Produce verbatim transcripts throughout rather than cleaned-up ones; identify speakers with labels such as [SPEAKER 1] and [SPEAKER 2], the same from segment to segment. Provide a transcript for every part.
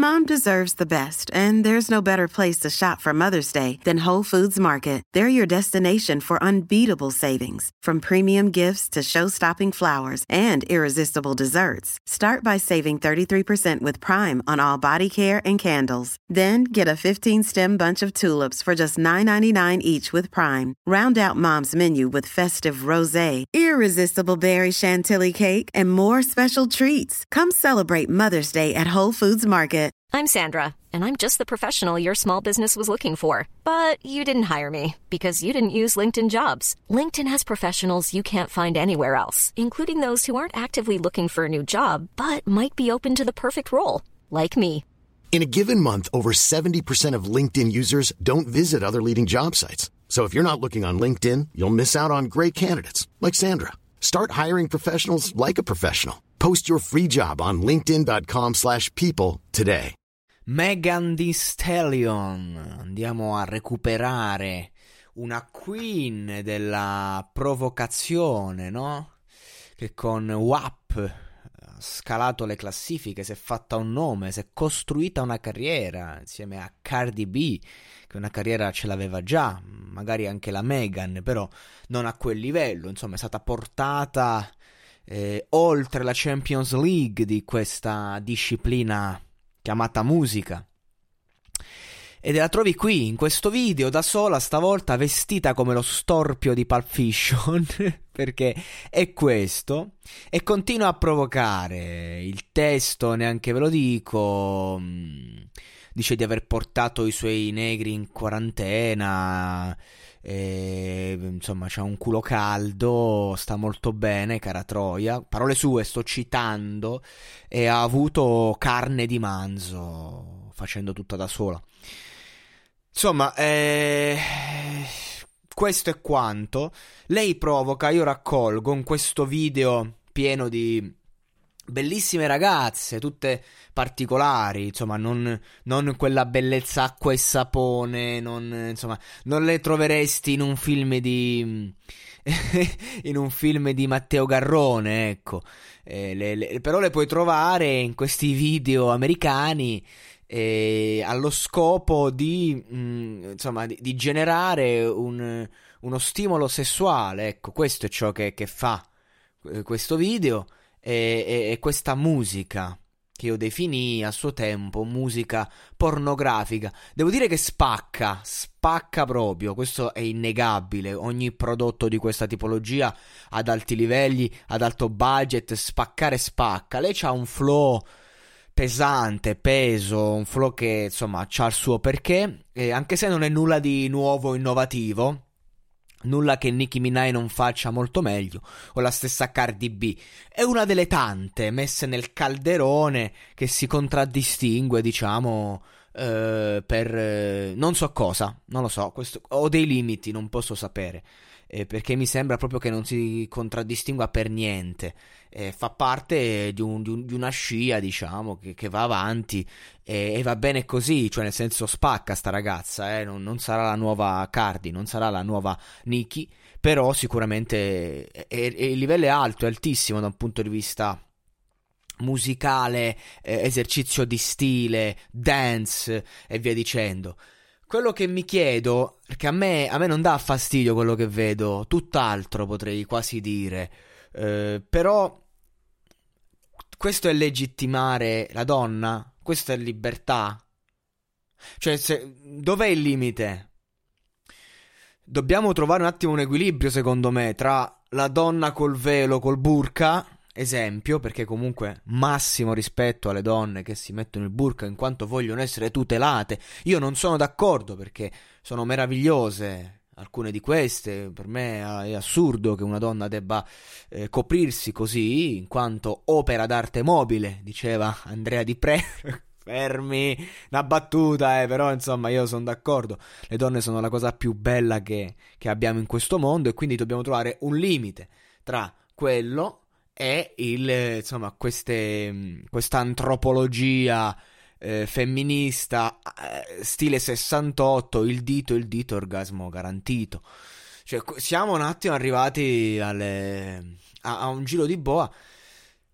[SPEAKER 1] Mom deserves the best, and there's no better place to shop for Mother's Day than Whole Foods Market. They're your destination for unbeatable savings, from premium gifts to show-stopping flowers and irresistible desserts. Start by saving thirty-three percent with Prime on all body care and candles. Then get a fifteen-stem bunch of tulips for just nine ninety-nine each with Prime. Round out Mom's menu with festive rosé, irresistible berry chantilly cake, and more special treats. Come celebrate Mother's Day at Whole Foods Market.
[SPEAKER 2] I'm Sandra, and I'm just the professional your small business was looking for. But you didn't hire me because you didn't use LinkedIn Jobs. LinkedIn has professionals you can't find anywhere else, including those who aren't actively looking for a new job, but might be open to the perfect role, like me.
[SPEAKER 3] In a given month, over seventy percent of LinkedIn users don't visit other leading job sites. So if you're not looking on LinkedIn, you'll miss out on great candidates like Sandra. Start hiring professionals like a professional. Post your free job on linkedin.com slash people today.
[SPEAKER 4] Megan Thee Stallion. Andiamo a recuperare una queen della provocazione, no? Che con W A P ha scalato le classifiche, si è fatta un nome, si è costruita una carriera insieme a Cardi B, che una carriera ce l'aveva già, magari anche la Megan, però non a quel livello. Insomma, è stata portata eh, oltre la Champions League di questa disciplina chiamata musica. E la trovi qui, in questo video, da sola, stavolta vestita come lo storpio di Pulp Fiction, perché è questo, e continua a provocare. Il testo, neanche ve lo dico, dice di aver portato i suoi negri in quarantena, e, insomma, c'ha un culo caldo, sta molto bene, cara Troia. Parole sue, sto citando, e ha avuto carne di manzo, facendo tutta da sola. Insomma, eh, questo è quanto. Lei provoca, io raccolgo in questo video pieno di bellissime ragazze, tutte particolari, insomma, non, non quella bellezza acqua e sapone, non, insomma, non le troveresti in un film di in un film di Matteo Garrone, ecco. Eh, le, le, però le puoi trovare in questi video americani, eh, allo scopo di mh, insomma di, di generare un, uno stimolo sessuale, ecco. Questo è ciò che, che fa eh, questo video e, e, e questa musica che io definii a suo tempo musica pornografica. Devo dire che spacca, spacca proprio, questo è innegabile. Ogni prodotto di questa tipologia ad alti livelli, ad alto budget, spaccare spacca. Lei c'ha un flow pesante, peso, un flow che insomma c'ha il suo perché, e anche se non è nulla di nuovo, innovativo, nulla che Nicki Minaj non faccia molto meglio, o la stessa Cardi B. È una delle tante messe nel calderone che si contraddistingue, diciamo, eh, per eh, non so cosa, non lo so, questo, ho dei limiti, non posso sapere, eh, perché mi sembra proprio che non si contraddistingua per niente. Eh, fa parte di, un, di, un, di una scia, diciamo, che, che va avanti, e, e va bene così, cioè nel senso spacca sta ragazza, eh? non, non sarà la nuova Cardi, non sarà la nuova Nicki, però sicuramente è, è, è, il livello è alto, è altissimo da un punto di vista musicale, eh, esercizio di stile, dance e via dicendo. Quello che mi chiedo, perché a me, a me non dà fastidio quello che vedo, tutt'altro potrei quasi dire, eh, però questo è legittimare la donna? Questa è libertà? Cioè, se, dov'è il limite? Dobbiamo trovare un attimo un equilibrio, secondo me, tra la donna col velo, col burka, esempio, perché comunque massimo rispetto alle donne che si mettono il burka in quanto vogliono essere tutelate. Io non sono d'accordo, perché sono meravigliose alcune di queste. Per me è assurdo che una donna debba eh, coprirsi così, in quanto opera d'arte mobile, diceva Andrea Di Pre. Fermi, una battuta, eh, però insomma io sono d'accordo. Le donne sono la cosa più bella che, che abbiamo in questo mondo, e quindi dobbiamo trovare un limite tra quello e il, insomma, queste, questa antropologia eh, femminista, eh, stile sessantotto, il dito, il dito, orgasmo garantito. Cioè, siamo un attimo arrivati alle, a, a un giro di boa.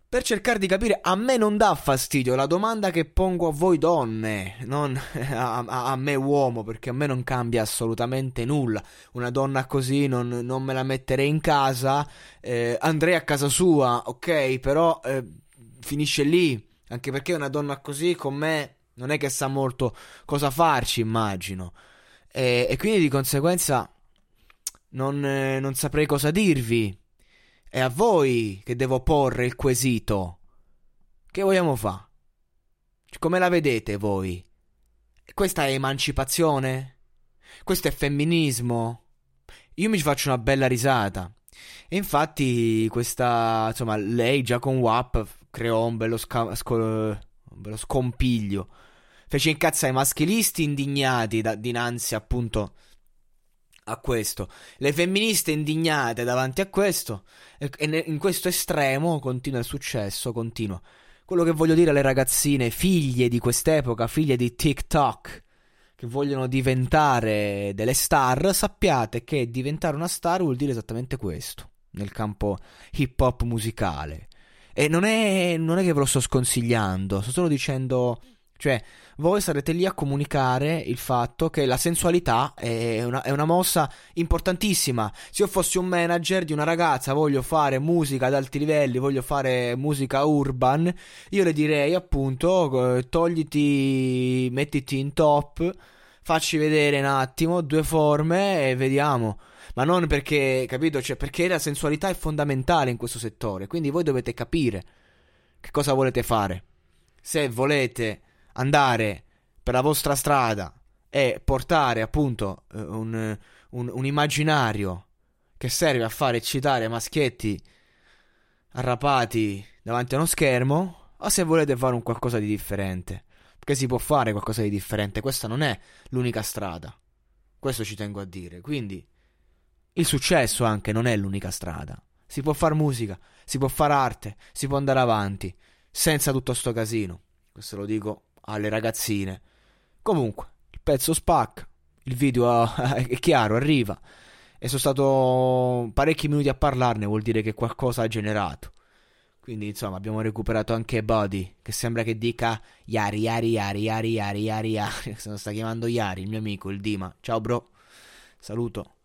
[SPEAKER 4] per cercare di capire. A me non dà fastidio, la domanda che pongo a voi donne, non a, a, a me uomo, perché a me non cambia assolutamente nulla. Una donna così non, non me la metterei in casa, eh, andrei a casa sua, ok, però eh, finisce lì, anche perché una donna così con me non è che sa molto cosa farci, immagino, e, e quindi di conseguenza non, eh, non saprei cosa dirvi. È a voi che devo porre il quesito. Che vogliamo fare? Come la vedete voi? Questa è emancipazione? Questo è femminismo? Io mi faccio una bella risata. E infatti questa, insomma, lei già con W A P creò un bello, sca- sco- un bello scompiglio. Fece incazzare i maschilisti indignati da- dinanzi appunto a questo, le femministe indignate davanti a questo, e, e in questo estremo continua il successo, continua. Quello che voglio dire alle ragazzine, figlie di quest'epoca, figlie di TikTok, che vogliono diventare delle star, sappiate che diventare una star vuol dire esattamente questo, nel campo hip hop musicale. E non è, non è che ve lo sto sconsigliando, sto solo dicendo, cioè, voi sarete lì a comunicare il fatto che la sensualità è una, è una mossa importantissima. Se io fossi un manager di una ragazza, voglio fare musica ad alti livelli, voglio fare musica urban, io le direi appunto, togliti, mettiti in top, facci vedere un attimo due forme e vediamo. Ma non perché, capito? Cioè, perché la sensualità è fondamentale in questo settore, quindi voi dovete capire che cosa volete fare. Se volete andare per la vostra strada e portare appunto un, un, un immaginario che serve a fare eccitare maschietti arrapati davanti a uno schermo, o se volete fare un qualcosa di differente, perché si può fare qualcosa di differente, questa non è l'unica strada, questo ci tengo a dire. Quindi il successo anche non è l'unica strada, si può fare musica, si può fare arte, si può andare avanti senza tutto sto casino. Questo lo dico alle ragazzine. Comunque, il pezzo spacca, il video è chiaro, arriva, e sono stato parecchi minuti a parlarne, vuol dire che qualcosa ha generato. Quindi insomma abbiamo recuperato anche Body, che sembra che dica Yari Yari Yari Yari Yari Yari Yari. Se lo sta chiamando Yari, il mio amico, il Dima. Ciao bro, saluto.